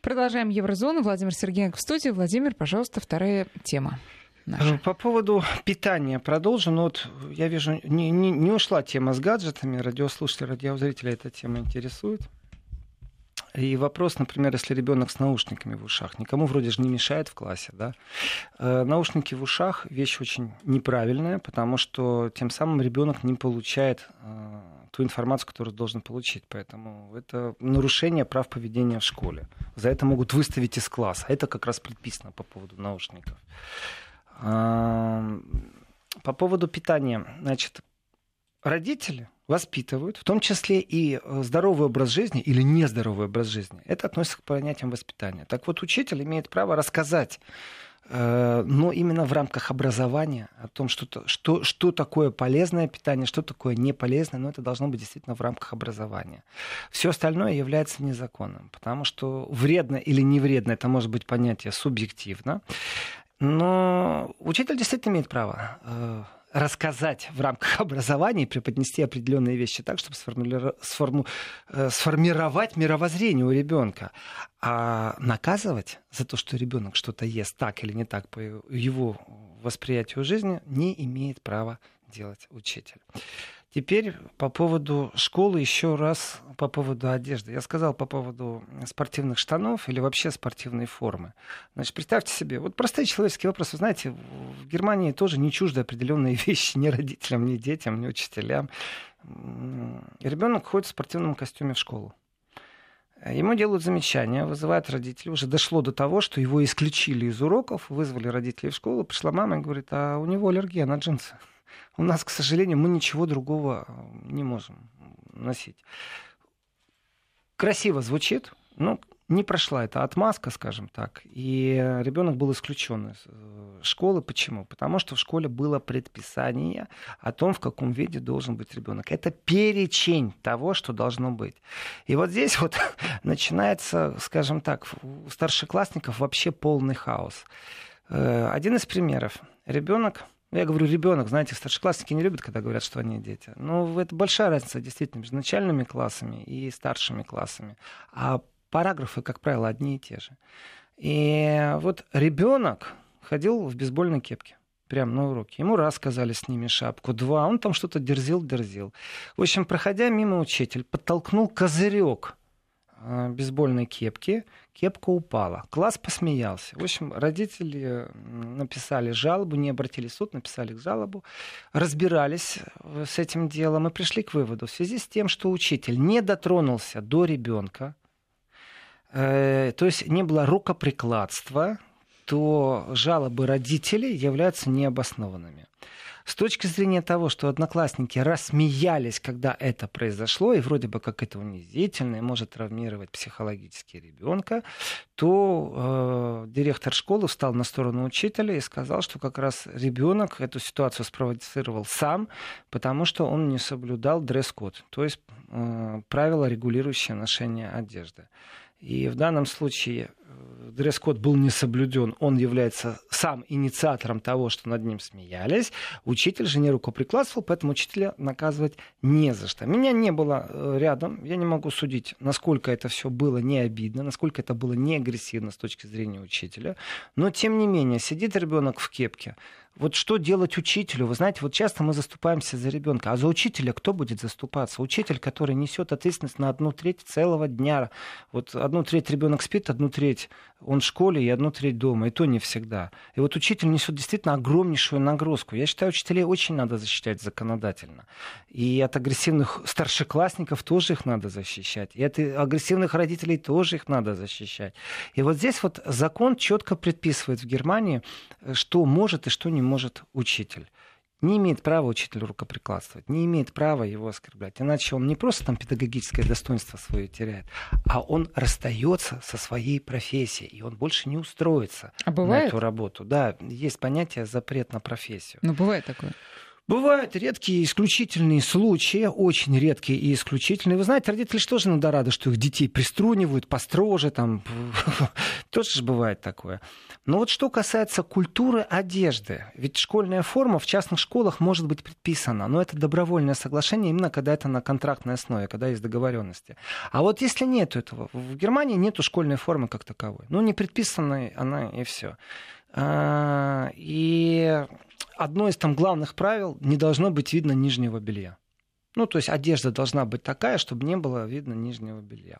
Продолжаем Еврозону. Владимир Сергеенко в студии. Владимир, пожалуйста, вторая тема наша. По поводу питания продолжу. Но вот я вижу, не ушла тема с гаджетами. Радиослушатели, радиозрители эта тема интересует. И вопрос, например, если ребенок с наушниками в ушах, никому вроде же не мешает в классе, да? Наушники в ушах вещь очень неправильная, потому что тем самым ребенок не получает ту информацию, которую должен получить. Поэтому это нарушение прав поведения в школе. За это могут выставить из класса. Это как раз предписано по поводу наушников. По поводу питания, значит, родители воспитывают, в том числе и здоровый образ жизни или нездоровый образ жизни. Это относится к понятиям воспитания. Так вот, учитель имеет право рассказать, но именно в рамках образования о том, что такое полезное питание, что такое неполезное, но это должно быть действительно в рамках образования. Все остальное является незаконным, потому что вредно или не вредно, это может быть понятие субъективно, но учитель действительно имеет право рассказать в рамках образования и преподнести определенные вещи так, чтобы сформировать мировоззрение у ребенка. А наказывать за то, что ребенок что-то ест так или не так по его восприятию жизни, не имеет права делать учитель. Теперь по поводу школы, еще раз по поводу одежды. Я сказал по поводу спортивных штанов или вообще спортивной формы. Значит, представьте себе, вот простой человеческий вопрос. Вы знаете, в Германии тоже не чужды определенные вещи ни родителям, ни детям, ни учителям. Ребенок ходит в спортивном костюме в школу. Ему делают замечания, вызывают родителей. Уже дошло до того, что его исключили из уроков, вызвали родителей в школу. Пришла мама и говорит, а у него аллергия на джинсы. У нас, к сожалению, мы ничего другого не можем носить. Красиво звучит, но не прошла эта отмазка, скажем так. И ребенок был исключен из школы. Почему? Потому что в школе было предписание о том, в каком виде должен быть ребенок. Это перечень того, что должно быть. И вот здесь вот начинается, скажем так, у старшеклассников вообще полный хаос. Один из примеров. Я говорю ребенок, знаете, старшеклассники не любят, когда говорят, что они дети. Но это большая разница действительно между начальными классами и старшими классами. А параграфы, как правило, одни и те же. И вот ребенок ходил в бейсбольной кепке. Прямо на уроке. Ему раз сказали, сними шапку, два, он там что-то дерзил. В общем, проходя мимо, учитель подтолкнул козырек бейсбольной кепки, кепка упала. Класс посмеялся. В общем, родители написали жалобу, не обратились в суд, написали жалобу, разбирались с этим делом и пришли к выводу. В связи с тем, что учитель не дотронулся до ребенка, то есть не было рукоприкладства, то жалобы родителей являются необоснованными. С точки зрения того, что одноклассники рассмеялись, когда это произошло, и вроде бы как это унизительно и может травмировать психологически ребенка, то директор школы встал на сторону учителя и сказал, что как раз ребенок эту ситуацию спровоцировал сам, потому что он не соблюдал дресс-код, то есть правила, регулирующие ношение одежды. И в данном случае дресс-код был не соблюден, он является сам инициатором того, что над ним смеялись. Учитель же не рукоприкладствовал, поэтому учителя наказывать не за что. Меня не было рядом, я не могу судить, насколько это все было не обидно, насколько это было не агрессивно с точки зрения учителя. Но, тем не менее, сидит ребенок в кепке. Вот что делать учителю? Вы знаете, вот часто мы заступаемся за ребенка, а за учителя кто будет заступаться? Учитель, который несет ответственность на 1/3 целого дня. Вот 1/3 ребенок спит, 1/3 он в школе и 1/3 дома, и то не всегда. И вот учитель несет действительно огромнейшую нагрузку. Я считаю, учителей очень надо защищать законодательно. И от агрессивных старшеклассников тоже их надо защищать. И от агрессивных родителей тоже их надо защищать. И вот здесь вот закон четко предписывает в Германии, что может и что не может учитель. Не имеет права учитель рукоприкладствовать, не имеет права его оскорблять. Иначе он не просто там педагогическое достоинство свое теряет, а он расстается со своей профессией, и он больше не устроится на эту работу. Да, есть понятие запрет на профессию. Но бывает такое. Бывают редкие исключительные случаи, очень редкие и исключительные. Вы знаете, родители же тоже иногда рады, что их детей приструнивают, построже, там, тоже же бывает такое. Но вот что касается культуры одежды, ведь школьная форма в частных школах может быть предписана, но это добровольное соглашение, именно когда это на контрактной основе, когда есть договоренности. А вот если нет этого, в Германии нету школьной формы как таковой, ну не предписанная она и все. И одно из там главных правил — не должно быть видно нижнего белья. Ну, то есть одежда должна быть такая, чтобы не было видно нижнего белья.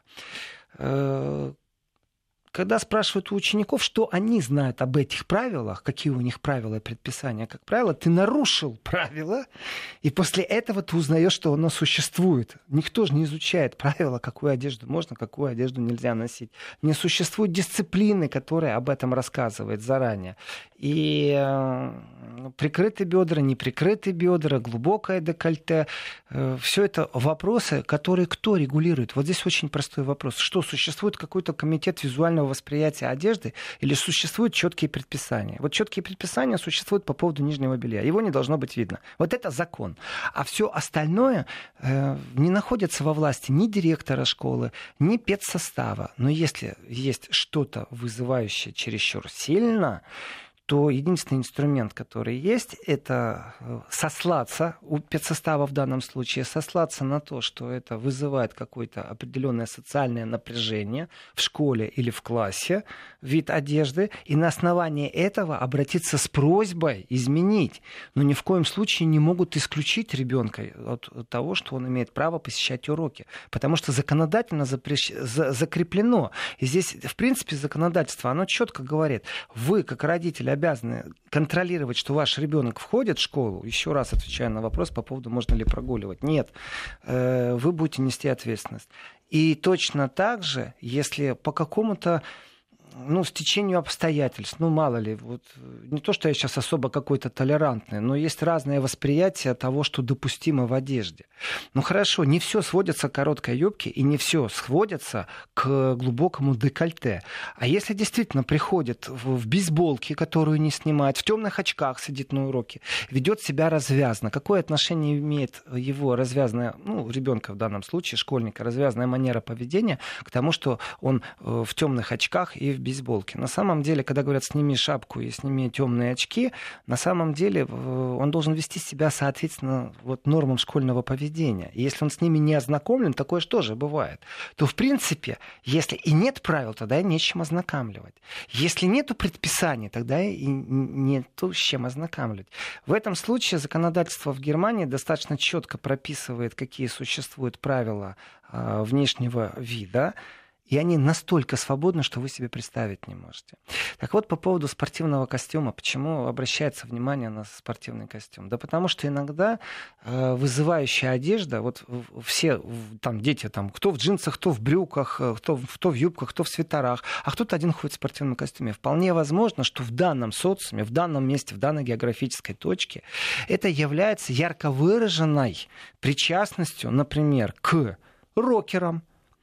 Когда спрашивают у учеников, что они знают об этих правилах, какие у них правила и предписания, как правило, ты нарушил правила, и после этого ты узнаешь, что оно существует. Никто же не изучает правила, какую одежду можно, какую одежду нельзя носить. Не существует дисциплины, которая об этом рассказывает заранее. И прикрытые бедра, неприкрытые бедра, глубокое декольте, все это вопросы, которые кто регулирует? Вот здесь очень простой вопрос. Что, существует какой-то комитет визуального восприятия одежды или существуют четкие предписания? Вот четкие предписания существуют по поводу нижнего белья. Его не должно быть видно. Вот это закон. А все остальное не находится во власти ни директора школы, ни педсостава. Но если есть что-то вызывающее чересчур сильно, то единственный инструмент, который есть, это сослаться, у педсостава в данном случае, сослаться на то, что это вызывает какое-то определенное социальное напряжение в школе или в классе, вид одежды, и на основании этого обратиться с просьбой изменить. Но ни в коем случае не могут исключить ребенка от того, что он имеет право посещать уроки, потому что законодательно закреплено. И здесь, в принципе, законодательство, оно четко говорит, вы, как родители, обязаны контролировать, что ваш ребенок входит в школу. Еще раз отвечаю на вопрос по поводу, можно ли прогуливать. Нет, вы будете нести ответственность. И точно так же, если по какому-то стечению обстоятельств, мало ли, вот, не то, что я сейчас особо какой-то толерантный, но есть разное восприятие того, что допустимо в одежде. Хорошо, не все сводится к короткой юбке, и не все сводится к глубокому декольте. А если действительно приходит в бейсболке, которую не снимает, в темных очках сидит на уроке, ведет себя развязно, какое отношение имеет его развязная, ребенка в данном случае, школьника, развязная манера поведения к тому, что он в темных очках и в бейсболке. На самом деле, когда говорят «сними шапку и сними темные очки», на самом деле он должен вести себя соответственно нормам школьного поведения. И если он с ними не ознакомлен, такое же тоже бывает, то, в принципе, если и нет правил, тогда и нечем ознакомливать. Если нету предписаний, тогда и нету с чем ознакомливать. В этом случае законодательство в Германии достаточно четко прописывает, какие существуют правила внешнего вида, и они настолько свободны, что вы себе представить не можете. Так вот, по поводу спортивного костюма. Почему обращается внимание на спортивный костюм? Да потому что иногда вызывающая одежда, все там дети, кто в джинсах, кто в брюках, кто в юбках, кто в свитерах, а кто-то один ходит в спортивном костюме. Вполне возможно, что в данном социуме, в данном месте, в данной географической точке это является ярко выраженной причастностью, например, к рокерам,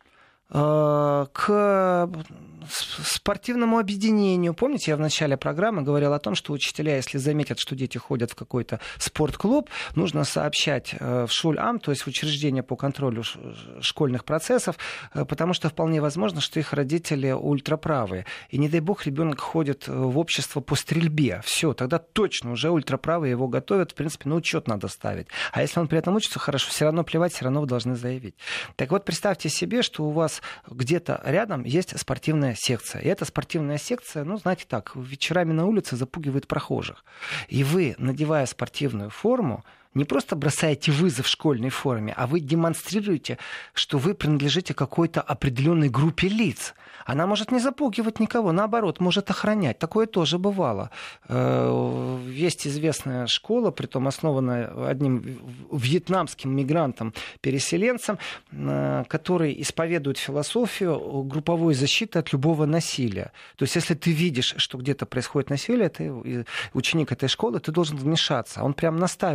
к спортивному объединению. Помните, я в начале программы говорил о том, что учителя, если заметят, что дети ходят в какой-то спортклуб, нужно сообщать в Шульам, то есть в учреждение по контролю школьных процессов, потому что вполне возможно, что их родители ультраправые. И не дай бог ребенок ходит в общество по стрельбе. Все, тогда точно уже ультраправые его готовят, в принципе, на учет надо ставить. А если он при этом учится хорошо, все равно плевать, все равно вы должны заявить. Так вот, представьте себе, что у вас где-то рядом есть спортивная секция. И эта спортивная секция, знаете так, вечерами на улице запугивает прохожих. И вы, надевая спортивную форму, не просто бросаете вызов школьной форме, а вы демонстрируете, что вы принадлежите какой-то определенной группе лиц. Она может не запугивать никого, наоборот, может охранять. Такое тоже бывало. Есть известная школа, притом основанная одним вьетнамским мигрантом-переселенцем, который исповедует философию групповой защиты от любого насилия. То есть, если ты видишь, что где-то происходит насилие, ты ученик этой школы, ты должен вмешаться. Он прям настаивает на том,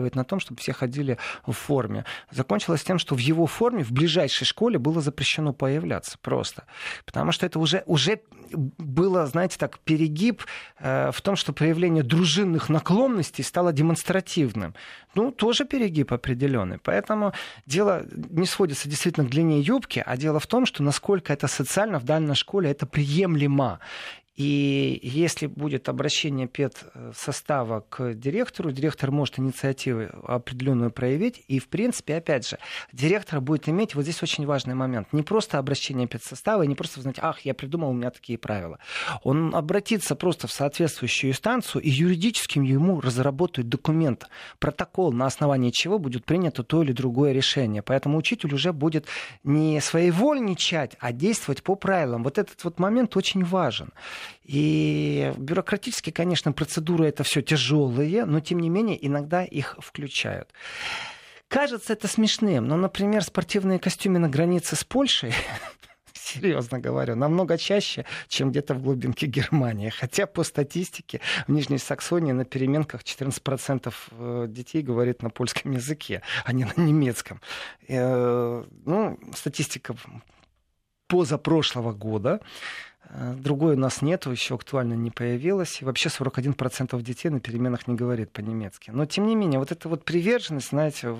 чтобы все ходили в форме. Закончилось тем, что в его форме в ближайшей школе было запрещено появляться просто. Потому что это уже было, знаете, так, перегиб в том, что проявление дружинных наклонностей стало демонстративным. Ну, тоже перегиб определенный. Поэтому дело не сводится действительно к длине юбки, а дело в том, что насколько это социально в данной школе это приемлемо. И если будет обращение педсостава к директору, директор может инициативу определенную проявить. И, в принципе, опять же, директор будет иметь, вот здесь очень важный момент, не просто обращение педсостава, и не просто знать, я придумал, у меня такие правила. Он обратится просто в соответствующую инстанцию, и юридически ему разработают документ, протокол, на основании чего будет принято то или другое решение. Поэтому учитель уже будет не своевольничать, а действовать по правилам. Вот этот вот момент очень важен. И бюрократически, конечно, процедуры это все тяжелые, но тем не менее иногда их включают. Кажется это смешным, но, например, спортивные костюмы на границе с Польшей, серьезно говорю, намного чаще, чем где-то в глубинке Германии. Хотя по статистике в Нижней Саксонии на переменках 14% детей говорит на польском языке, а не на немецком. Статистика позапрошлого года. Другой у нас нету, еще актуально не появилось. И вообще 41% детей на переменах не говорит по-немецки. Но, тем не менее, вот эта вот приверженность, знаете,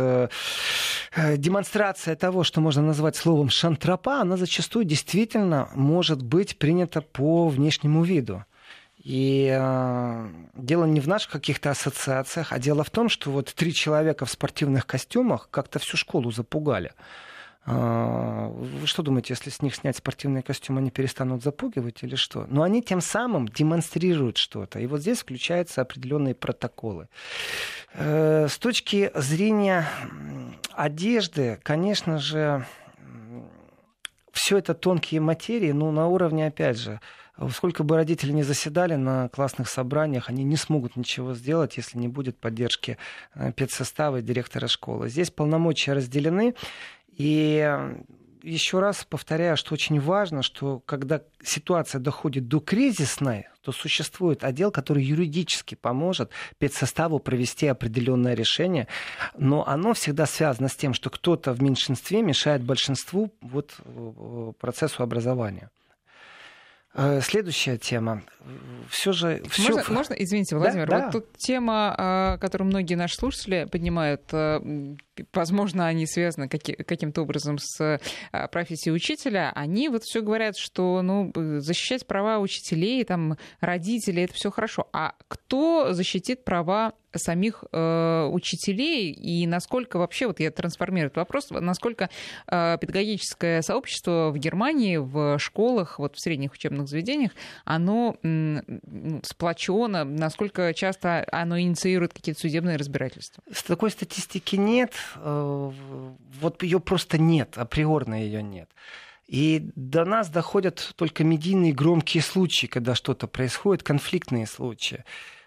демонстрация того, что можно назвать словом шантропа, она зачастую действительно может быть принята по внешнему виду. И дело не в наших каких-то ассоциациях, а дело в том, что вот 3 человека в спортивных костюмах как-то всю школу запугали. Вы что думаете, если с них снять спортивный костюм, они перестанут запугивать или что? Но они тем самым демонстрируют что-то. И вот здесь включаются определенные протоколы. С точки зрения одежды, конечно же, все это тонкие материи, но на уровне, опять же, сколько бы родители ни заседали на классных собраниях, они не смогут ничего сделать, если не будет поддержки педсостава и директора школы. Здесь полномочия разделены. И еще раз повторяю, что очень важно, что когда ситуация доходит до кризисной, то существует отдел, который юридически поможет педсоставу провести определенное решение, но оно всегда связано с тем, что кто-то в меньшинстве мешает большинству процессу образования. Следующая тема. Можно, извините, Владимир, да? Вот тут тема, которую многие наши слушатели поднимают, возможно, они связаны каким-то образом с профессией учителя, они вот все говорят, что защищать права учителей, там, родителей, это все хорошо. А кто защитит права самих учителей и насколько вообще, вот я трансформирую этот вопрос, насколько педагогическое сообщество в Германии, в школах, вот в средних учебных заведениях, оно сплочено, насколько часто оно инициирует какие-то судебные разбирательства? Такой статистики нет, вот ее просто нет, априорно ее нет. И до нас доходят только медийные громкие случаи, когда что-то происходит, конфликтные случаи.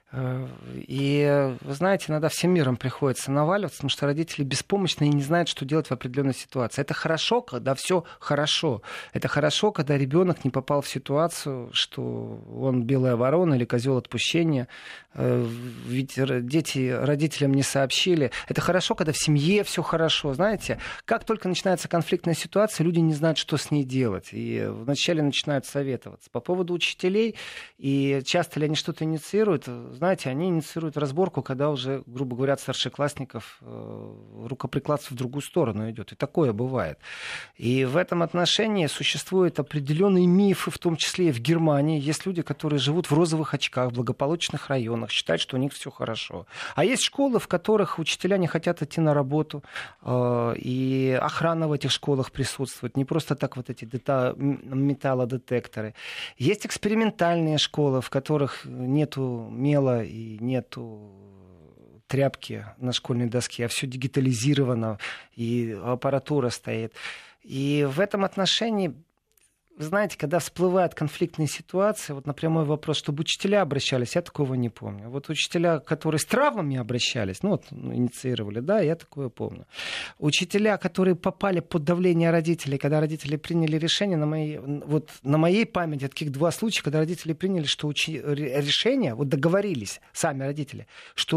И, вы знаете, иногда всем миром приходится наваливаться, потому что родители беспомощны и не знают, что делать в определенной ситуации. Это хорошо, когда все хорошо. Это хорошо, когда ребенок не попал в ситуацию, что он белая ворона или козел отпущения. Ведь дети родителям не сообщили. Это хорошо, когда в семье все хорошо. Знаете, как только начинается конфликтная ситуация, люди не знают, что с ней делать. И вначале начинают советоваться. По поводу учителей, и часто ли они что-то инициируют, знаете, они инициируют разборку, когда уже, грубо говоря, от старшеклассников рукоприкладство в другую сторону идет. И такое бывает. И в этом отношении существуют определенные мифы, в том числе и в Германии. Есть люди, которые живут в розовых очках, в благополучных районах, считают, что у них все хорошо. А есть школы, в которых учителя не хотят идти на работу, и охрана в этих школах присутствует. Не просто так вот эти металлодетекторы. Есть экспериментальные школы, в которых нету мела и нету тряпки на школьной доске, а все дигитализировано, и аппаратура стоит. И в этом отношении, вы знаете, когда всплывают конфликтные ситуации, вот на прямой вопрос, чтобы учителя обращались, я такого не помню. Вот учителя, которые с травмами обращались, инициировали, да, я такое помню. Учителя, которые попали под давление родителей, когда родители приняли решение, на моей памяти таких 2 случая, когда родители приняли, что решение, вот договорились сами родители, что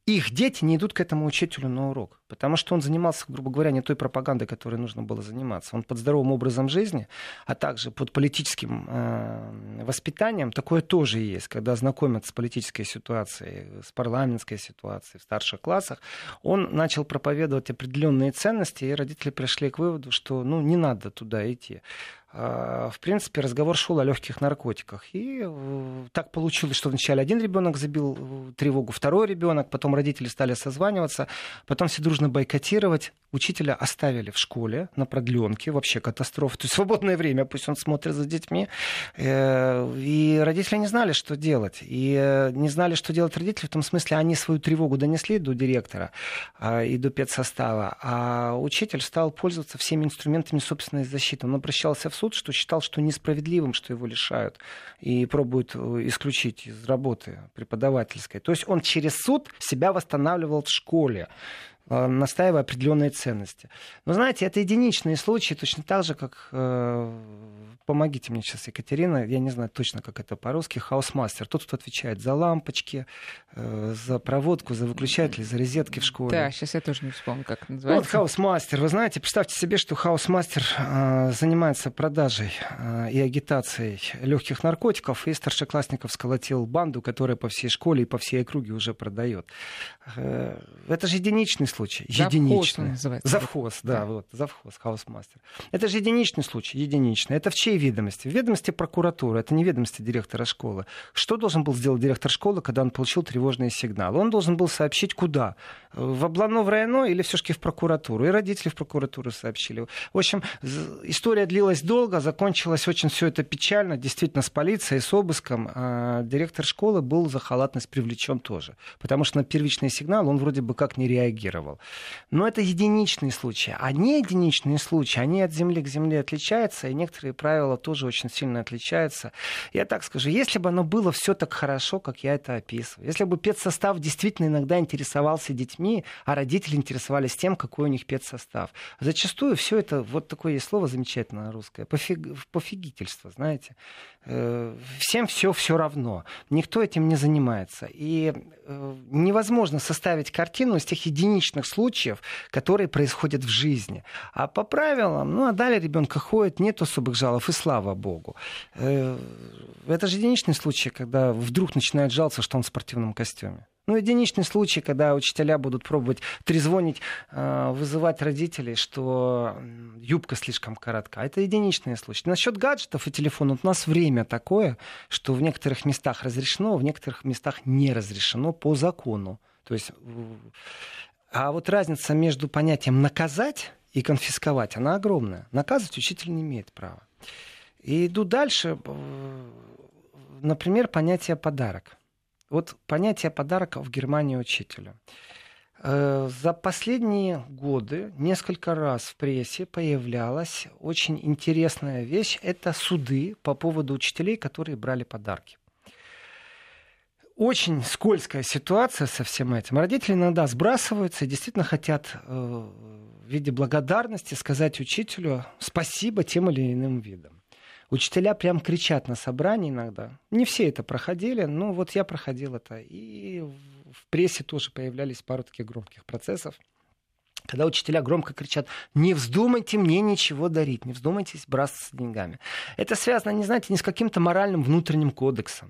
их дети не идут к этому учителю на урок, потому что он занимался, грубо говоря, не той пропагандой, которой нужно было заниматься. Он под здоровым образом жизни, а также под политическим воспитанием, такое тоже есть, когда знакомят с политической ситуацией, с парламентской ситуацией в старших классах, он начал проповедовать определенные ценности, и родители пришли к выводу, что не надо туда идти. В принципе, разговор шел о легких наркотиках. И так получилось, что вначале один ребенок забил тревогу, второй ребенок, потом родители стали созваниваться, потом все дружно бойкотировать. Учителя оставили в школе на продленке, вообще катастрофа. То есть свободное время, пусть он смотрит за детьми. И родители не знали, что делать. И не знали, что делать родители, в том смысле, они свою тревогу донесли до директора и до педсостава, а учитель стал пользоваться всеми инструментами собственной защиты. Он обращался в суд, что считал, что несправедливым, что его лишают, и пробуют исключить из работы преподавательской. То есть он через суд себя восстанавливал в школе, настаивая определенные ценности. Но знаете, это единичные случаи, точно так же, как, помогите мне сейчас, Екатерина, я не знаю точно, как это по-русски, хаусмастер. Тот, кто отвечает за лампочки, за проводку, за выключатели, за розетки в школе. Да, сейчас я тоже не вспомню, как это называется. Вот хаусмастер. Вы знаете, представьте себе, что хаусмастер занимается продажей и агитацией легких наркотиков, и старшеклассников сколотил банду, которая по всей школе и по всей округе уже продает. Это же единичный случай. Единичный. Завхоз, да, вот, завхоз, хаусмастер. Это же единичный случай, единичный. Это в чьей ведомости? В ведомости прокуратуры, это не ведомости директора школы. Что должен был сделать директор школы, когда он получил тревожный сигнал? Он должен был сообщить куда? В областное, в районное или все-таки в прокуратуру? И родители в прокуратуру сообщили. В общем, история длилась долго, закончилось очень все это печально, действительно, с полицией, с обыском. А директор школы был за халатность привлечен тоже. Потому что на первичный сигнал он вроде бы как не реагировал. Но это единичные случаи. А не единичные случаи, они от земли к земле отличаются, и некоторые правила тоже очень сильно отличаются. Я так скажу, если бы оно было все так хорошо, как я это описываю, если бы педсостав действительно иногда интересовался детьми, а родители интересовались тем, какой у них педсостав. Зачастую все это, вот такое есть слово замечательное русское, пофигительство, знаете. Всем все равно. Никто этим не занимается. И невозможно составить картину из тех единичных случаев, которые происходят в жизни. А по правилам, отдали ребенка, ходит, нет особых жалоб, и слава богу. Это же единичный случай, когда вдруг начинают жаловаться, что он в спортивном костюме. Единичный случай, когда учителя будут пробовать трезвонить, вызывать родителей, что юбка слишком коротка. Это единичный случай. Насчет гаджетов и телефонов у нас время такое, что в некоторых местах разрешено, в некоторых местах не разрешено по закону. То есть, а вот разница между понятием «наказать» и «конфисковать», она огромная. Наказывать учитель не имеет права. И иду дальше. Например, понятие «подарок». Вот понятие подарка в Германии учителю. За последние годы несколько раз в прессе появлялась очень интересная вещь. Это суды по поводу учителей, которые брали подарки. Очень скользкая ситуация со всем этим. Родители иногда сбрасываются и действительно хотят в виде благодарности сказать учителю спасибо тем или иным видом. Учителя прям кричат на собрании иногда. Не все это проходили, но вот я проходил это. И в прессе тоже появлялись пару таких громких процессов, когда учителя громко кричат: не вздумайте мне ничего дарить, не вздумайте бросаться деньгами. Это связано, не знаете, не с каким-то моральным внутренним кодексом.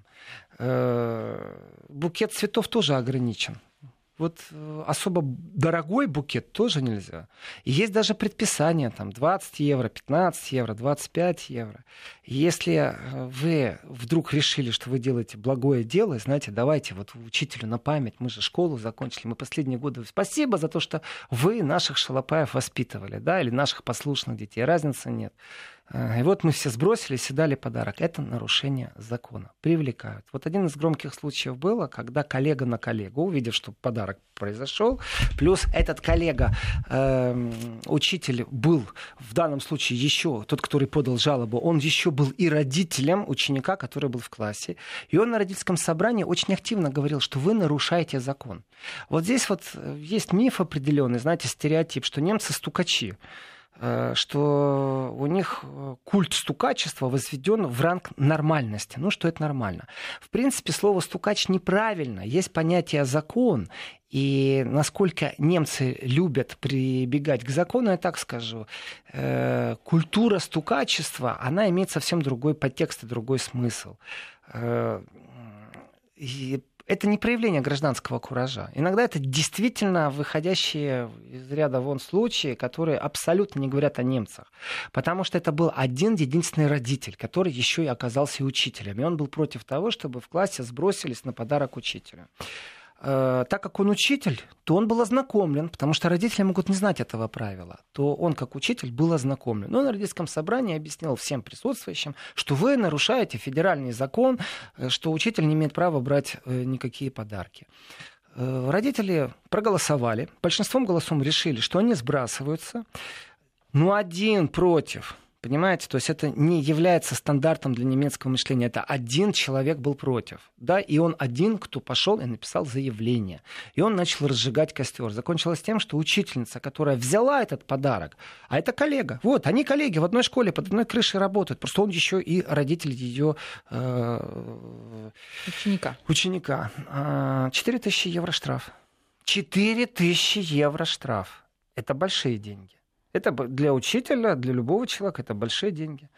Букет цветов тоже ограничен. Вот особо дорогой букет тоже нельзя. И есть даже предписание, там, 20 евро, 15 евро, 25 евро. И если вы вдруг решили, что вы делаете благое дело, знаете, давайте вот учителю на память, мы же школу закончили, мы последние годы, спасибо за то, что вы наших шалопаев воспитывали, да, или наших послушных детей, разницы нет. И вот мы все сбросились и дали подарок. Это нарушение закона. Привлекают. Вот один из громких случаев было, когда коллега на коллегу, увидев, что подарок произошел, плюс этот коллега, учитель был в данном случае еще, тот, который подал жалобу, он еще был и родителем ученика, который был в классе. И он на родительском собрании очень активно говорил, что вы нарушаете закон. Вот здесь вот есть миф определенный, знаете, стереотип, что немцы стукачи. что у них культ стукачества возведен в ранг нормальности. Ну, что это нормально? В принципе, слово «стукач» неправильно. Есть понятие «закон». И насколько немцы любят прибегать к закону, я так скажу, культура стукачества, она имеет совсем другой подтекст и другой смысл. И это не проявление гражданского куража. Иногда это действительно выходящие из ряда вон случаи, которые абсолютно не говорят о немцах. Потому что это был один единственный родитель, который еще и оказался учителем. И он был против того, чтобы в классе сбросились на подарок учителю. Так как он учитель, то он был ознакомлен, потому что родители могут не знать этого правила, то он как учитель был ознакомлен. Но на родительском собрании объяснил всем присутствующим, что вы нарушаете федеральный закон, что учитель не имеет права брать никакие подарки. Родители проголосовали, большинством голосов решили, что они сбрасываются, но один против. Понимаете, то есть это не является стандартом для немецкого мышления. Это один человек был против. Да? И он один, кто пошел и написал заявление. И он начал разжигать костер. Закончилось тем, что учительница, которая взяла этот подарок, а это коллега. Вот, они коллеги в одной школе, под одной крышей работают. Просто он еще и родитель ее ученика. 4000 евро штраф. 4000 евро штраф. Это большие деньги. Это для учителя, для любого человека это большие деньги.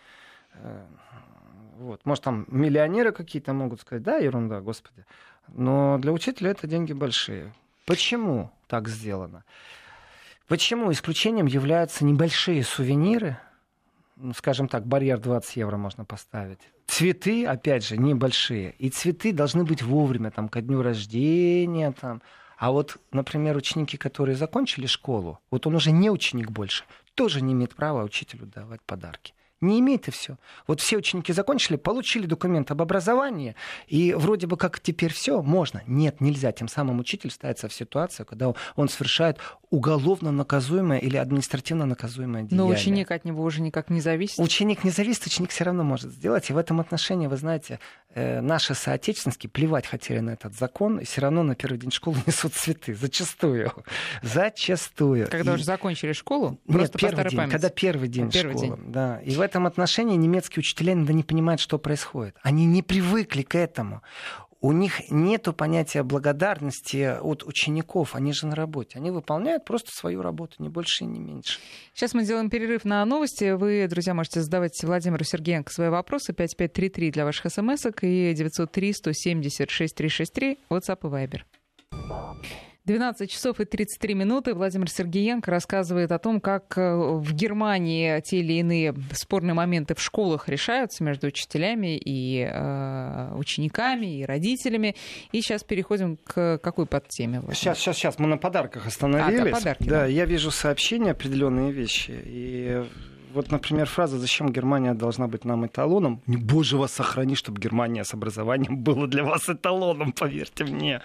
Вот. Может, там миллионеры какие-то могут сказать, да, ерунда, господи. Но для учителя это деньги большие. Почему так сделано? Почему исключением являются небольшие сувениры? Ну, скажем так, барьер 20 евро можно поставить. Цветы, опять же, небольшие. И цветы должны быть вовремя, там, ко дню рождения, там. А вот, например, ученики, которые закончили школу, вот он уже не ученик больше, тоже не имеет права учителю давать подарки. Не имеет и все. Вот все ученики закончили, получили документ об образовании, и вроде бы как теперь все можно. Нет, нельзя. Тем самым учитель ставится в ситуацию, когда он совершает уголовно наказуемое или административно наказуемое деяние. Но ученик от него уже никак не зависит? Ученик не зависит, ученик все равно может сделать. И в этом отношении, вы знаете, наши соотечественники плевать хотели на этот закон, и все равно на первый день школы несут цветы. Зачастую. Когда уже закончили школу? Нет, первый день, когда первый день школы. Да. И в этом отношении немецкие учителя иногда не понимают, что происходит. Они не привыкли к этому. У них нет понятия благодарности от учеников. Они же на работе. Они выполняют просто свою работу, ни больше и не меньше. Сейчас мы делаем перерыв на новости. Вы, друзья, можете задавать Владимиру Сергеенко свои вопросы. 5533 для ваших смс-ок и 903-170-6363 WhatsApp и Viber. 12 часов и 33 минуты. Владимир Сергеенко рассказывает о том, как в Германии те или иные спорные моменты в школах решаются между учителями и учениками, и родителями. И сейчас переходим к какой подтеме? Сейчас. Мы на подарках остановились. Подарки, да, я вижу сообщения, определенные вещи. И вот, например, фраза «Зачем Германия должна быть нам эталоном?» Боже вас сохрани, чтобы Германия с образованием была для вас эталоном, поверьте мне.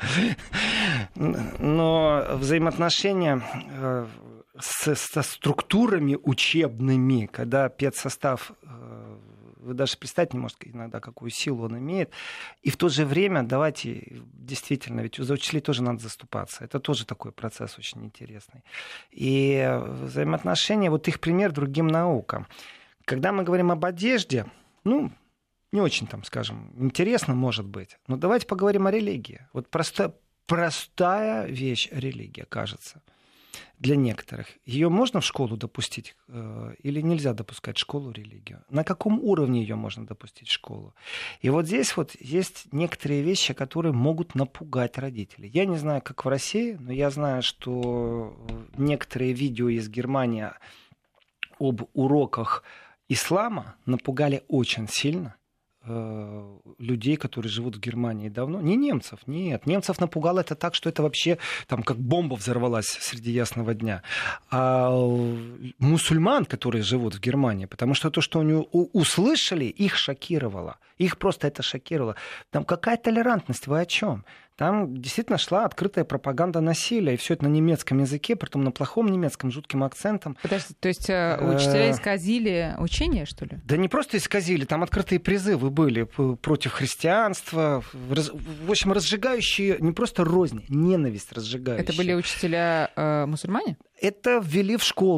Но взаимоотношения со структурами учебными, когда педсостав, вы даже представить не можете иногда, какую силу он имеет. И в то же время, давайте, действительно, ведь за учителей тоже надо заступаться. Это тоже такой процесс очень интересный. И взаимоотношения, вот их пример другим наукам. Когда мы говорим об одежде, не очень там, скажем, интересно может быть. Но давайте поговорим о религии. Вот простая вещь религия, кажется. Для некоторых. Ее можно в школу допустить или нельзя допускать в школу религию? На каком уровне ее можно допустить в школу? И вот здесь вот есть некоторые вещи, которые могут напугать родителей. Я не знаю, как в России, но я знаю, что некоторые видео из Германии об уроках ислама напугали очень сильно людей, которые живут в Германии давно. Не немцев, нет. Немцев напугало это так, что это вообще там как бомба взорвалась среди ясного дня. А мусульман, которые живут в Германии, потому что то, что они услышали, их шокировало. Их просто это шокировало. Там какая толерантность? Вы о чем? Там действительно шла открытая пропаганда насилия, и все это на немецком языке, притом на плохом немецком, жутким акцентом. Подождите, то есть учителя исказили учение, что ли? Да не просто исказили, там открытые призывы были против христианства, в общем, разжигающие не просто рознь, ненависть разжигающие. Это были учителя мусульмане? Это ввели в школу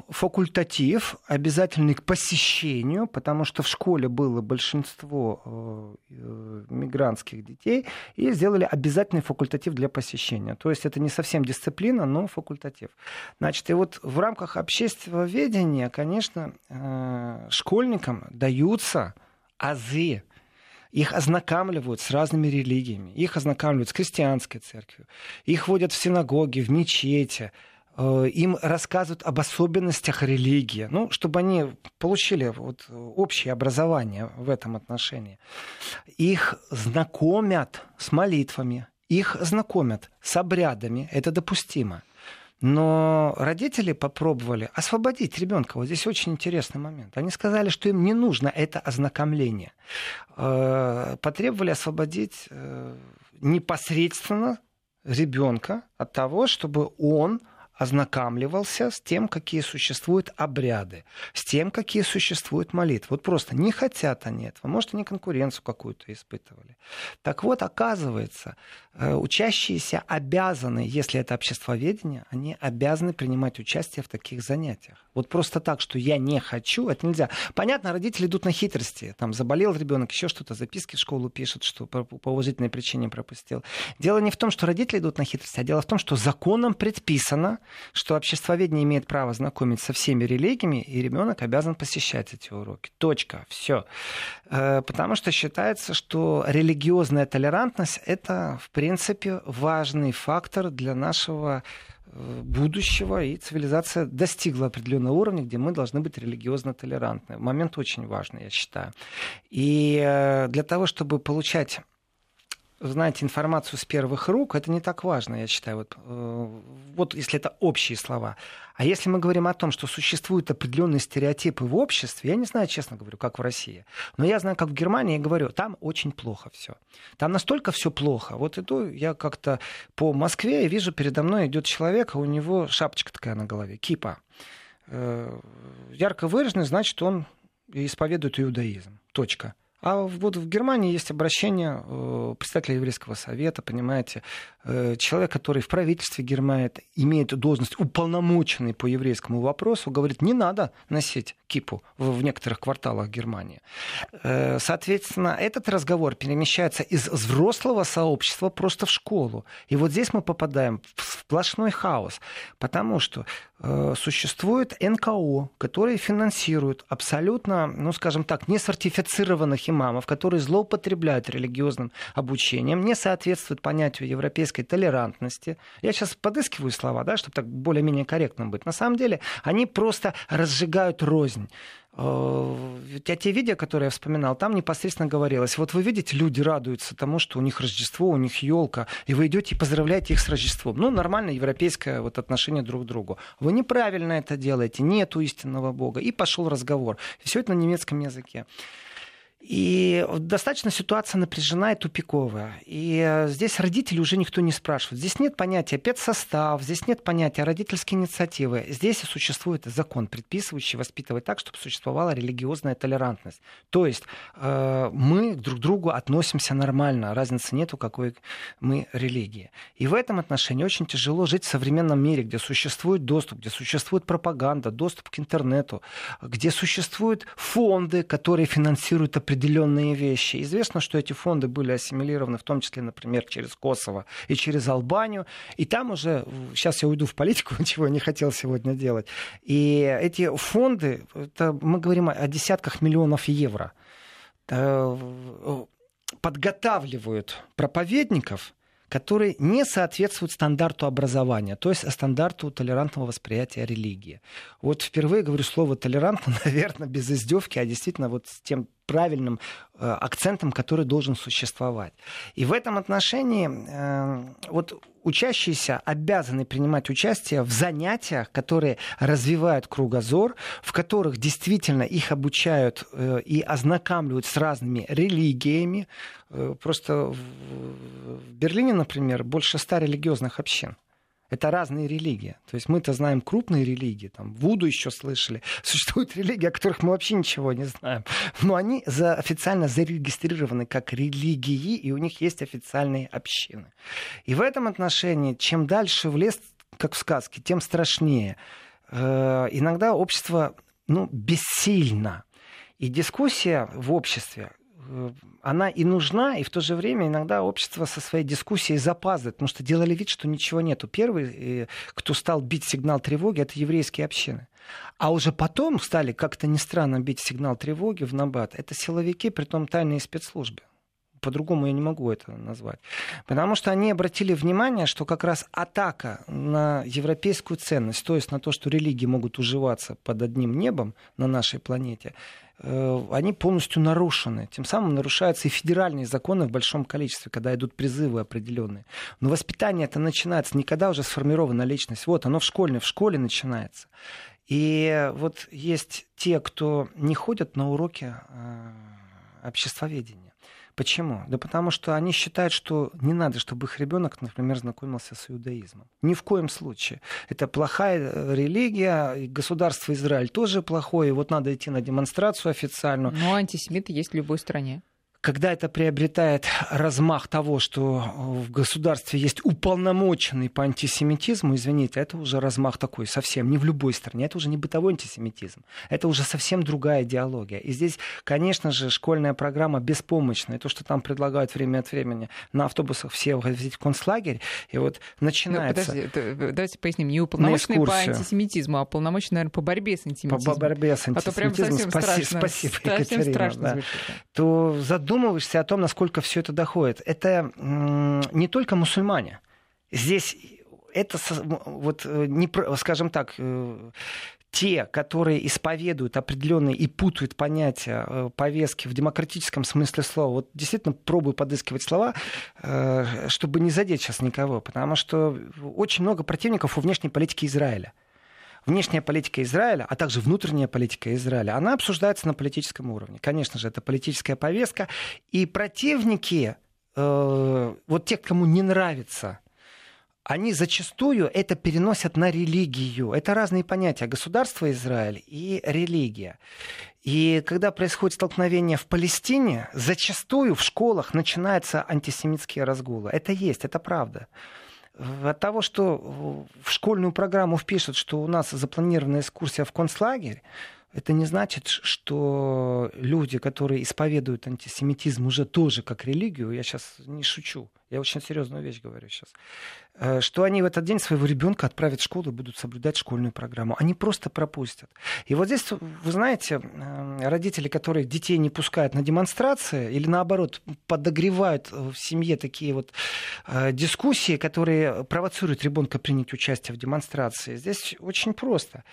факультатив, обязательный к посещению, потому что в школе было большинство мигрантских детей, и сделали обязательный факультатив для посещения. То есть это не совсем дисциплина, но факультатив. Значит, и вот в рамках обществоведения, конечно, школьникам даются азы. Их ознакомливают с разными религиями, их ознакомливают с христианской церковью, их водят в синагоги, в мечети, им рассказывают об особенностях религии, ну, чтобы они получили вот общее образование в этом отношении. Их знакомят с молитвами, их знакомят с обрядами, это допустимо. Но родители попробовали освободить ребенка. Вот здесь очень интересный момент. Они сказали, что им не нужно это ознакомление. Потребовали освободить непосредственно ребенка от того, чтобы он ознакомливался с тем, какие существуют обряды, с тем, какие существуют молитвы. Вот просто не хотят они этого. Может, они конкуренцию какую-то испытывали. Так вот, оказывается, учащиеся обязаны, если это обществоведение, они обязаны принимать участие в таких занятиях. Вот просто так, что я не хочу, это нельзя. Понятно, родители идут на хитрости. Там заболел ребенок, еще что-то, записки в школу пишет, что по уважительной причине пропустил. Дело не в том, что родители идут на хитрости, а дело в том, что законом предписано, что обществоведение имеет право знакомить со всеми религиями, и ребенок обязан посещать эти уроки. Точка. Все. Потому что считается, что религиозная толерантность — это, в принципе, важный фактор для нашего будущего, и цивилизация достигла определенного уровня, где мы должны быть религиозно толерантны. Момент очень важный, я считаю. И для того, чтобы получать, знаете, информацию с первых рук, это не так важно, я считаю, вот если это общие слова. А если мы говорим о том, что существуют определенные стереотипы в обществе, я не знаю, честно говорю, как в России, но я знаю, как в Германии, я говорю, там очень плохо все. Там настолько все плохо. Вот иду я как-то по Москве и вижу, передо мной идет человек, а у него шапочка такая на голове, кипа. Ярко выраженный, значит, он исповедует иудаизм. Точка. А вот в Германии есть обращение представителя еврейского совета, понимаете, человек, который в правительстве Германии имеет должность уполномоченный по еврейскому вопросу, говорит, не надо носить кипу в некоторых кварталах Германии. Соответственно, этот разговор перемещается из взрослого сообщества просто в школу. И вот здесь мы попадаем в сплошной хаос, потому что существует НКО, которые финансируют абсолютно, ну, скажем так, несертифицированных имамов, которые злоупотребляют религиозным обучением, не соответствуют понятию европейской толерантности. Я сейчас подыскиваю слова, да, чтобы так более-менее корректным быть. На самом деле они просто разжигают рознь. Те видео, которые я вспоминал, там непосредственно говорилось, вот вы видите, люди радуются тому, что у них Рождество, у них елка, и вы идете и поздравляете их с Рождеством. Ну, нормальное европейское вот отношение друг к другу. Вы неправильно это делаете, нету истинного Бога. И пошел разговор. И все это на немецком языке. И достаточно ситуация напряжена и тупиковая. И здесь родителей уже никто не спрашивает. Здесь нет понятия педсостав, здесь нет понятия родительской инициативы. Здесь существует закон, предписывающий воспитывать так, чтобы существовала религиозная толерантность. То есть мы друг к другу относимся нормально, разницы нету, какой мы религии. И в этом отношении очень тяжело жить в современном мире, где существует доступ, где существует пропаганда, доступ к интернету, где существуют фонды, которые финансируют определенные вещи. Известно, что эти фонды были ассимилированы, в том числе, например, через Косово и через Албанию. И там уже, сейчас я уйду в политику, чего я не хотел сегодня делать. И эти фонды, это мы говорим о десятках миллионов евро, подготавливают проповедников, которые не соответствуют стандарту образования, то есть стандарту толерантного восприятия религии. Вот впервые говорю слово «толерантно», наверное, без издевки, а действительно вот с тем правильным акцентом, который должен существовать. И в этом отношении вот учащиеся обязаны принимать участие в занятиях, которые развивают кругозор, в которых действительно их обучают и ознакомливают с разными религиями. Просто в Берлине, например, больше 100 религиозных общин. Это разные религии. То есть мы-то знаем крупные религии, там Вуду еще слышали. Существуют религии, о которых мы вообще ничего не знаем. Но они официально зарегистрированы как религии, и у них есть официальные общины. И в этом отношении, чем дальше в лес, как в сказке, тем страшнее. иногда общество бессильно. И дискуссия в обществе, она и нужна, и в то же время иногда общество со своей дискуссией запаздывает, потому что делали вид, что ничего нету. Первый, кто стал бить сигнал тревоги, это еврейские общины. А уже потом стали, как-то не странно, бить сигнал тревоги в набат. Это силовики, притом тайные спецслужбы. По-другому я не могу это назвать. Потому что они обратили внимание, что как раз атака на европейскую ценность, то есть на то, что религии могут уживаться под одним небом на нашей планете, они полностью нарушены. Тем самым нарушаются и федеральные законы в большом количестве, когда идут призывы определенные. Но воспитание это начинается не когда уже сформирована личность. Вот оно в школе начинается. И вот есть те, кто не ходят на уроки обществоведения. Почему? Да потому что они считают, что не надо, чтобы их ребенок, например, знакомился с иудаизмом. Ни в коем случае. Это плохая религия, и государство Израиль тоже плохое, и вот надо идти на демонстрацию официальную. Но антисемиты есть в любой стране. Когда это приобретает размах того, что в государстве есть уполномоченный по антисемитизму, извините, это уже размах такой совсем не в любой стране, это уже не бытовой антисемитизм, это уже совсем другая идеология. И здесь, конечно же, школьная программа беспомощна. И то, что там предлагают время от времени на автобусах все возить в концлагерь, и вот начинается... Подожди, давайте поясним, не уполномоченный по антисемитизму, а уполномоченный, наверное, по борьбе с антисемитизмом. По борьбе с антисемитизмом. А то прям совсем Спасибо, совсем Екатерина. страшно Да. звучит. То задумываешься о том, насколько все это доходит. Это не только мусульмане. Здесь это, вот, скажем так, те, которые исповедуют определенные и путают понятия повестки в демократическом смысле слова, вот действительно пробую подыскивать слова, чтобы не задеть сейчас никого, потому что очень много противников у внешней политики Израиля. Внешняя политика Израиля, а также внутренняя политика Израиля, она обсуждается на политическом уровне. Конечно же, это политическая повестка. И противники, вот те, кому не нравится, они зачастую это переносят на религию. Это разные понятия. Государство Израиль и религия. И когда происходит столкновение в Палестине, зачастую в школах начинаются антисемитские разгулы. Это есть, это правда. От того, что в школьную программу впишут, что у нас запланирована экскурсия в концлагерь, это не значит, что люди, которые исповедуют антисемитизм уже тоже как религию, я сейчас не шучу, я очень серьезную вещь говорю сейчас, что они в этот день своего ребенка отправят в школу и будут соблюдать школьную программу. Они просто пропустят. И вот здесь, вы знаете, родители, которые детей не пускают на демонстрации или наоборот подогревают в семье такие вот дискуссии, которые провоцируют ребенка принять участие в демонстрации, здесь очень просто.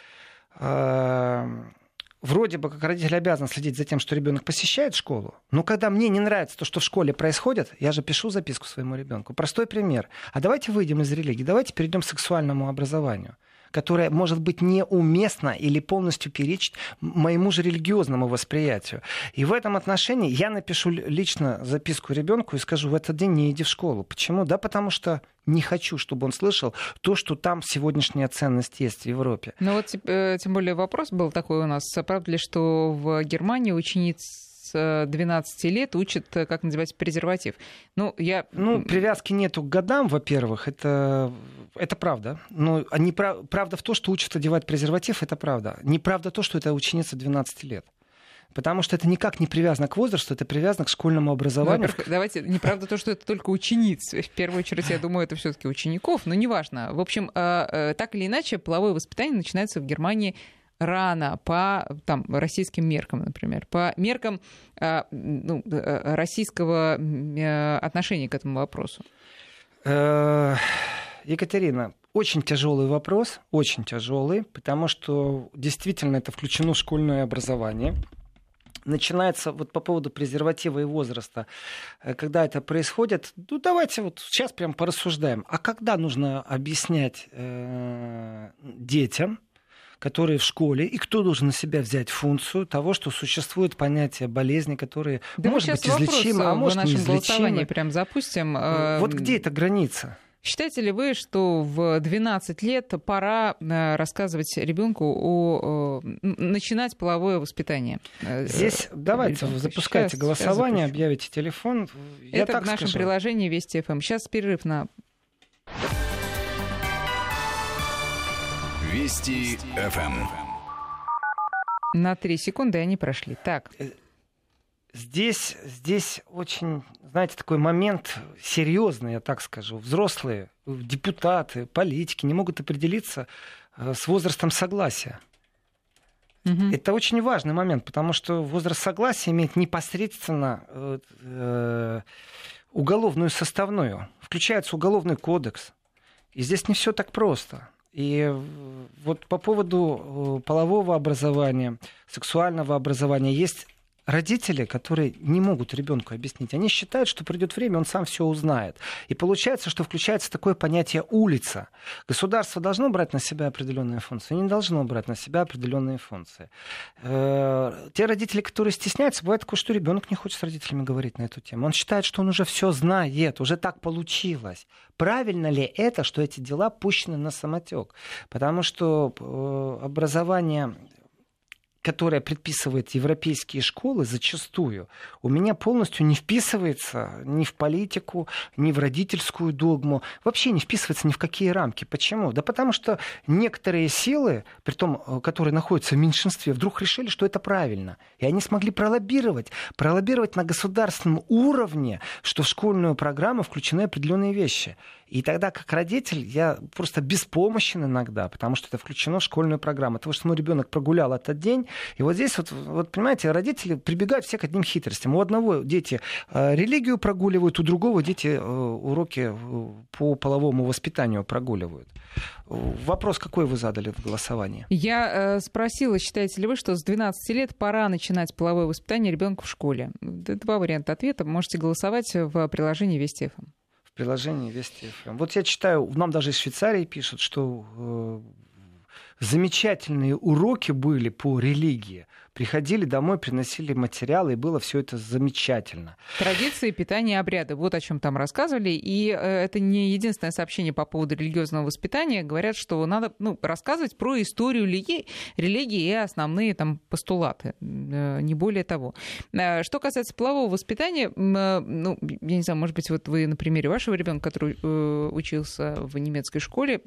Вроде бы как родитель обязан следить за тем, что ребенок посещает школу, но когда мне не нравится то, что в школе происходит, я же пишу записку своему ребенку. Простой пример. А давайте выйдем из религии, давайте перейдем к сексуальному образованию, которое может быть неуместно или полностью перечить моему же религиозному восприятию. И в этом отношении я напишу лично записку ребенку и скажу: в этот день не иди в школу. Почему? Да потому что не хочу, чтобы он слышал то, что там сегодняшняя ценность есть в Европе. Ну вот тем более вопрос был такой у нас. Правда ли, что в Германии учениц 12 лет учат, как надевать презерватив? Привязки нету к годам, во-первых, это правда. Но правда в том, что учат одевать презерватив, это правда. Неправда то, что это ученица 12 лет. Потому что это никак не привязано к возрасту, это привязано к школьному образованию. Давайте, неправда то, что это только учениц. В первую очередь, я думаю, это все-таки учеников, но неважно. В общем, так или иначе, половое воспитание начинается в Германии рано, по российским меркам, например, по меркам российского отношения к этому вопросу. Екатерина, очень тяжелый вопрос, очень тяжелый, потому что действительно это включено в школьное образование. Начинается вот по поводу презерватива и возраста. Когда это происходит, давайте вот сейчас прям порассуждаем. А когда нужно объяснять детям, которые в школе, и кто должен на себя взять функцию того, что существует понятие болезни, которые может быть излечимы, а может неизлечимы. В нашем голосовании прям запустим. Вот где эта граница? Считаете ли вы, что в 12 лет пора рассказывать ребенку начинать половое воспитание? Здесь давайте запускайте голосование, объявите телефон. Это в нашем приложении Вести ФМ. Сейчас перерыв на... Вести ФМ. На 3 секунды они прошли. Так. Здесь очень, знаете, такой момент серьезный, я так скажу. Взрослые, депутаты, политики не могут определиться с возрастом согласия. Угу. Это очень важный момент, потому что возраст согласия имеет непосредственно уголовную составную. Включается уголовный кодекс. И здесь не все так просто. И вот по поводу полового образования, сексуального образования есть родители, которые не могут ребенку объяснить. Они считают, что придет время, он сам все узнает. И получается, что включается такое понятие улица. Государство должно брать на себя определенные функции, не должно брать на себя определенные функции. Те родители, которые стесняются, бывает такое, что ребенок не хочет с родителями говорить на эту тему. Он считает, что он уже все знает, уже так получилось. Правильно ли это, что эти дела пущены на самотек? Потому что образование, которая предписывает европейские школы, зачастую у меня полностью не вписывается ни в политику, ни в родительскую догму, вообще не вписывается ни в какие рамки. Почему? Да потому что некоторые силы, притом, которые находятся в меньшинстве, вдруг решили, что это правильно. И они смогли пролоббировать на государственном уровне, что в школьную программу включены определенные вещи. И тогда, как родитель, я просто беспомощен иногда, потому что это включено в школьную программу. Потому что мой ребенок прогулял этот день. И вот здесь, вот понимаете, родители прибегают все к одним хитростям. У одного дети религию прогуливают, у другого дети уроки по половому воспитанию прогуливают. Вопрос какой вы задали в голосовании? Я спросила, считаете ли вы, что с 12 лет пора начинать половое воспитание ребенка в школе? 2 варианта ответа. Можете голосовать в приложении Вести ФМ. В приложении Вести ФМ. Вот я читаю, нам даже из Швейцарии пишут, что замечательные уроки были по религии. Приходили домой, приносили материалы, и было все это замечательно. Традиции, питание, обряды. Вот о чем там рассказывали. И это не единственное сообщение по поводу религиозного воспитания. Говорят, что надо рассказывать про историю религии и основные там постулаты. Не более того. Что касается полового воспитания, я не знаю, может быть, вот вы на примере вашего ребенка, который учился в немецкой школе,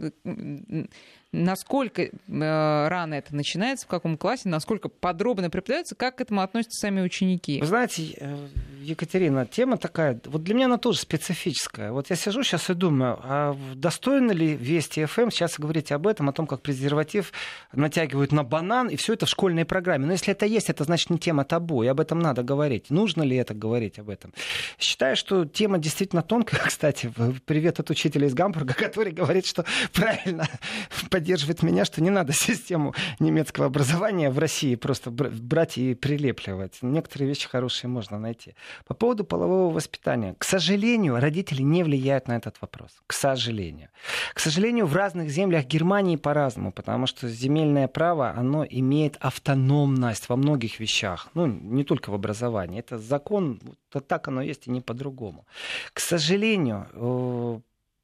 насколько рано это начинается, в каком классе, насколько подробно преподается, как к этому относятся сами ученики? Вы знаете, Екатерина, тема такая, вот для меня она тоже специфическая. Вот я сижу сейчас и думаю, а достойно ли Вести ФМ сейчас говорить об этом, о том, как презерватив натягивают на банан, и все это в школьной программе. Но если это есть, это значит не тема табу, и об этом надо говорить. Нужно ли это говорить об этом? Считаю, что тема действительно тонкая. Кстати, привет от учителя из Гамбурга, который говорит, что правильно поддерживает меня, что не надо систему немецкого образования в России просто брать и прилепливать. Некоторые вещи хорошие можно найти. По поводу полового воспитания. К сожалению, родители не влияют на этот вопрос. К сожалению. К сожалению, в разных землях Германии по-разному, потому что земельное право, оно имеет автономность во многих вещах. Не только в образовании. Это закон, вот так оно есть и не по-другому. К сожалению,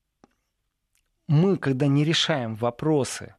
мы, когда не решаем вопросы,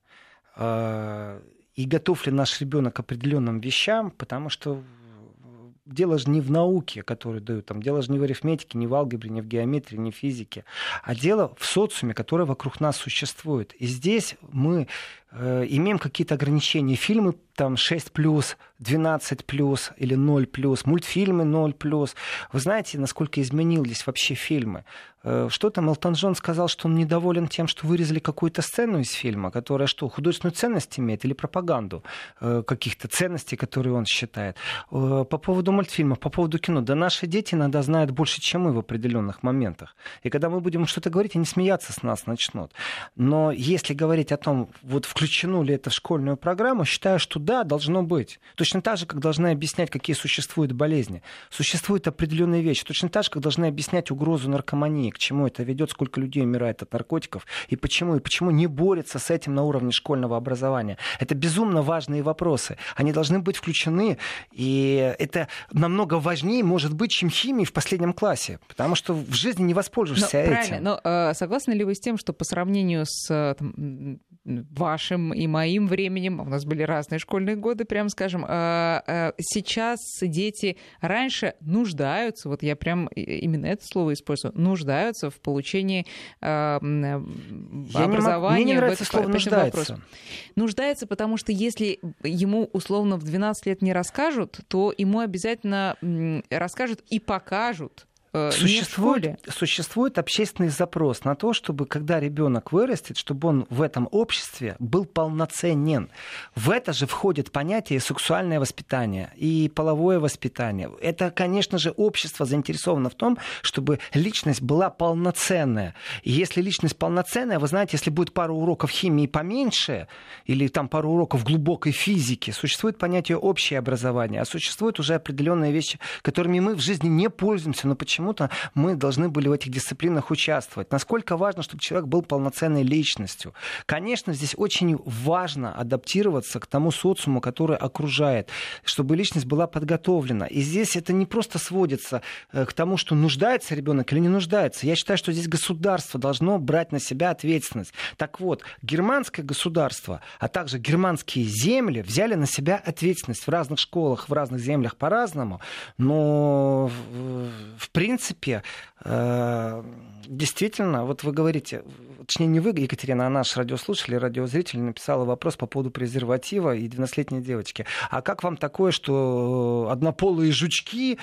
и готов ли наш ребенок к определенным вещам, потому что дело же не в науке, которую дают, дело же не в арифметике, не в алгебре, не в геометрии, не в физике, а дело в социуме, который вокруг нас существует. И здесь мы имеем какие-то ограничения. Фильмы 6+, 12+, или 0+, мультфильмы 0+. Вы знаете, насколько изменились вообще фильмы? Что там Элтон Джон сказал, что он недоволен тем, что вырезали какую-то сцену из фильма, которая художественную ценность имеет или пропаганду каких-то ценностей, которые он считает. По поводу мультфильмов, по поводу кино. Да наши дети иногда знают больше, чем мы в определенных моментах. И когда мы будем что-то говорить, они смеяться с нас начнут. Но если говорить о том, включено ли это в школьную программу, считаю, что да, должно быть. Точно так же, как должны объяснять, какие существуют болезни. Существуют определенные вещи. Точно так же, как должны объяснять угрозу наркомании, к чему это ведет, сколько людей умирает от наркотиков, и почему не борется с этим на уровне школьного образования. Это безумно важные вопросы. Они должны быть включены, и это намного важнее, может быть, чем химия в последнем классе, потому что в жизни не воспользуешься этим. Правильно, но согласны ли вы с тем, что по сравнению с вашим и моим временем, у нас были разные школьные годы, прям скажем, сейчас дети раньше нуждаются, вот я прям именно это слово использую, нуждаются в получении образования. Мне не нравится слово «нуждается». Нуждается, потому что если ему условно в 12 лет не расскажут, то ему обязательно расскажут и покажут. Существует общественный запрос на то, чтобы, когда ребенок вырастет, чтобы он в этом обществе был полноценен. В это же входит понятие сексуальное воспитание и половое воспитание. Это, конечно же, общество заинтересовано в том, чтобы личность была полноценная. И если личность полноценная, вы знаете, если будет пару уроков химии поменьше, или там пару уроков глубокой физики, существует понятие общее образование, а существуют уже определенные вещи, которыми мы в жизни не пользуемся, но почему-то мы должны были в этих дисциплинах участвовать. Насколько важно, чтобы человек был полноценной личностью. Конечно, здесь очень важно адаптироваться к тому социуму, который окружает, чтобы личность была подготовлена. И здесь это не просто сводится к тому, что нуждается ребенок или не нуждается. Я считаю, что здесь государство должно брать на себя ответственность. Так вот, германское государство, а также германские земли взяли на себя ответственность в разных школах, в разных землях по-разному, но в принципе, действительно, вот вы говорите, точнее не вы, Екатерина, а наш радиослушатель, радиозритель написала вопрос по поводу презерватива и 12-летней девочки. А как вам такое, что однополые жучки,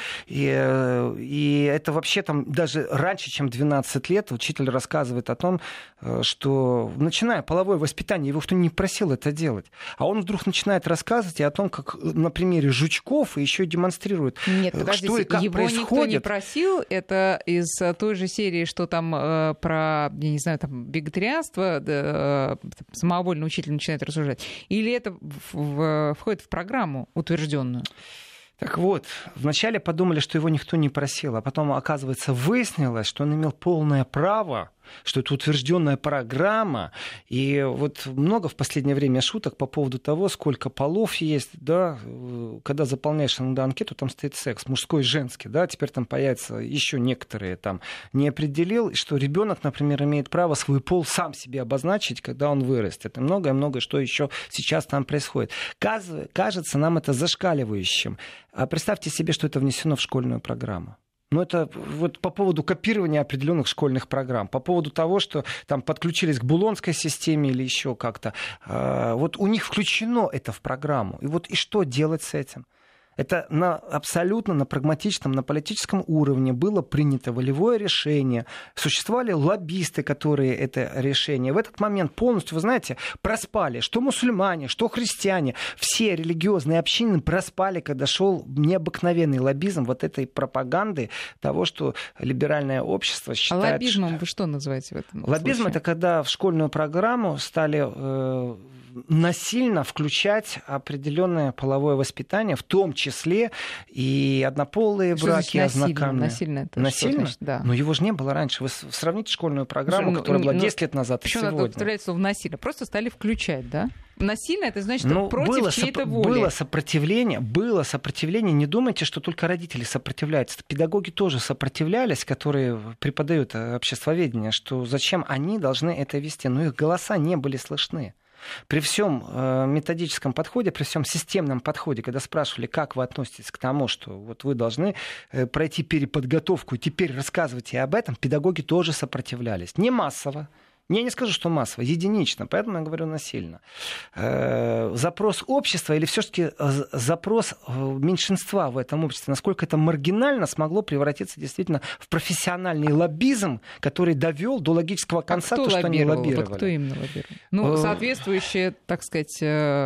и это вообще там даже раньше, чем 12 лет, учитель рассказывает о том, что, начиная половое воспитание, его кто не просил это делать. А он вдруг начинает рассказывать и о том, как на примере жучков, и еще демонстрирует, что и как его происходит. Никто не просил, это из той же серии, что там про, я не знаю, там вегетарианство, самовольно учитель начинает рассуждать, или это входит в программу утвержденную? Так вот, вначале подумали, что его никто не просил, а потом, оказывается, выяснилось, что он имел полное право, что это утвержденная программа. И вот много в последнее время шуток по поводу того, сколько полов есть, да, когда заполняешь иногда анкету, там стоит секс, мужской и женский, да, теперь там появятся еще некоторые, там, не определил, что ребенок, например, имеет право свой пол сам себе обозначить, когда он вырастет. И многое-многое, что еще сейчас там происходит. Кажется нам это зашкаливающим. А представьте себе, что это внесено в школьную программу. Ну, это вот по поводу копирования определенных школьных программ, по поводу того, что там подключились к Булонской системе или еще как-то. Вот у них включено это в программу. И вот и что делать с этим? Это абсолютно на прагматичном, на политическом уровне было принято волевое решение. Существовали лоббисты, которые это решение в этот момент полностью, вы знаете, проспали. Что мусульмане, что христиане. Все религиозные общины проспали, когда шел необыкновенный лоббизм вот этой пропаганды того, что либеральное общество считает... А лоббизмом вы что называете в этом случае? Лоббизм — это когда в школьную программу стали насильно включать определенное половое воспитание, в том числе и однополые браки, ознакомления. Насильно это насильно? Что значит? Да. Но его же не было раньше. Вы сравните школьную программу, которая была 10 лет назад, и сегодня. Почему надо повторять слово «насильно»? Просто стали включать, да? Насильно — это значит, против чьей-то воли. Было сопротивление. Не думайте, что только родители сопротивляются. Педагоги тоже сопротивлялись, которые преподают обществоведение, что зачем они должны это вести. Но их голоса не были слышны. При всем методическом подходе, при всем системном подходе, когда спрашивали, как вы относитесь к тому, что вот вы должны пройти переподготовку и теперь рассказывайте об этом, педагоги тоже сопротивлялись. Не массово. Я не скажу, что массово, единично, поэтому я говорю насильно. Запрос общества или все-таки запрос меньшинства в этом обществе, насколько это маргинально смогло превратиться действительно в профессиональный лоббизм, который довел до логического конца то, что они лоббировали. Вот кто именно лоббировал? Ну, соответствующие, так сказать,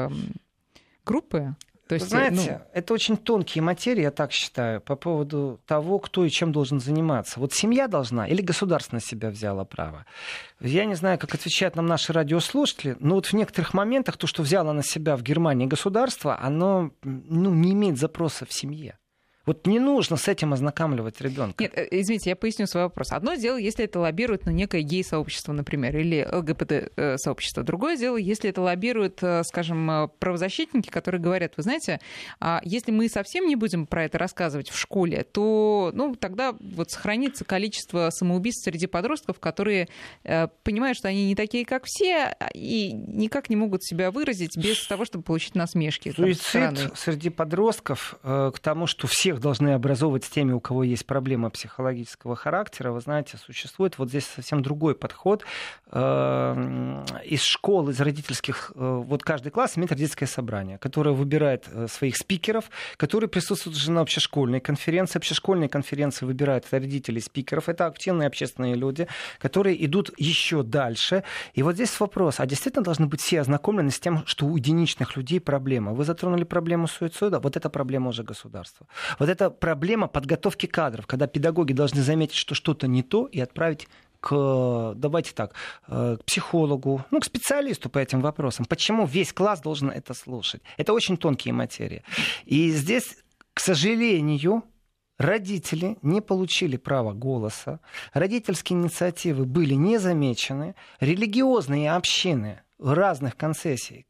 группы. То есть, знаете, это очень тонкие материи, я так считаю, по поводу того, кто и чем должен заниматься. Вот семья должна или государство на себя взяло право. Я не знаю, как отвечают нам наши радиослушатели, но вот в некоторых моментах то, что взяло на себя в Германии государство, оно не имеет запроса в семье. Вот не нужно с этим ознакомливать ребенка. Нет, извините, я поясню свой вопрос. Одно дело, если это лоббирует некое гей-сообщество, например, или ЛГБТ-сообщество. Другое дело, если это лоббируют, скажем, правозащитники, которые говорят, вы знаете, если мы совсем не будем про это рассказывать в школе, то тогда вот сохранится количество самоубийств среди подростков, которые понимают, что они не такие, как все, и никак не могут себя выразить без того, чтобы получить насмешки. Суицид среди подростков к тому, что все должны образовывать с теми, у кого есть проблемы психологического характера. Вы знаете, существует вот здесь совсем другой подход. Из школ, из родительских... Вот каждый класс имеет родительское собрание, которое выбирает своих спикеров, которые присутствуют уже на общешкольной конференции. Общешкольные конференции выбирают родителей спикеров. Это активные общественные люди, которые идут еще дальше. И вот здесь вопрос. А действительно должны быть все ознакомлены с тем, что у единичных людей проблема? Вы затронули проблему суицида. Вот это проблема уже государства. Вот это проблема подготовки кадров, когда педагоги должны заметить, что что-то не то, и отправить к психологу, к специалисту по этим вопросам. Почему весь класс должен это слушать? Это очень тонкие материи. И здесь, к сожалению, родители не получили права голоса, родительские инициативы были не замечены, религиозные общины разных конфессий,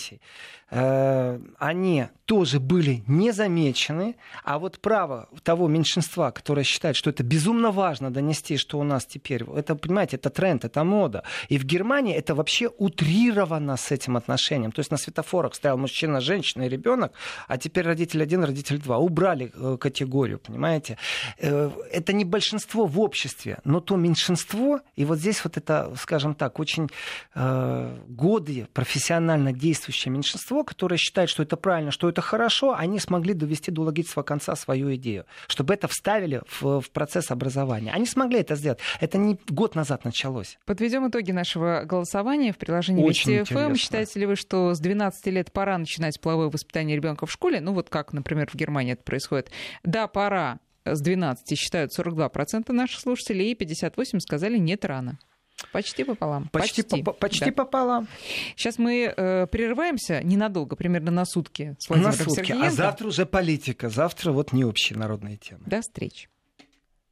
они тоже были не замечены, а вот право того меньшинства, которое считает, что это безумно важно донести, что у нас теперь, это, понимаете, это тренд, это мода. И в Германии это вообще утрировано с этим отношением. То есть на светофорах стоял мужчина, женщина и ребенок, а теперь родитель один, родитель два. Убрали категорию, понимаете. Это не большинство в обществе, но то меньшинство, и вот здесь вот это, скажем так, очень годы профессионально действующее меньшинство, которое считает, что это правильно, что это хорошо, они смогли довести до логического конца свою идею, чтобы это вставили в процесс образования. Они смогли это сделать. Это не год назад началось. Подведем итоги нашего голосования в приложении Вести ФМ. Считаете ли вы, что с 12 лет пора начинать половое воспитание ребенка в школе? Вот как, например, в Германии это происходит. Да, пора. С 12 считают 42% наших слушателей, и 58% сказали нет, рано. Почти пополам. Почти пополам. Сейчас мы прерываемся ненадолго, примерно на сутки с Владимиром Сергеенко. А завтра уже политика. Завтра вот не общие народные темы. До встречи.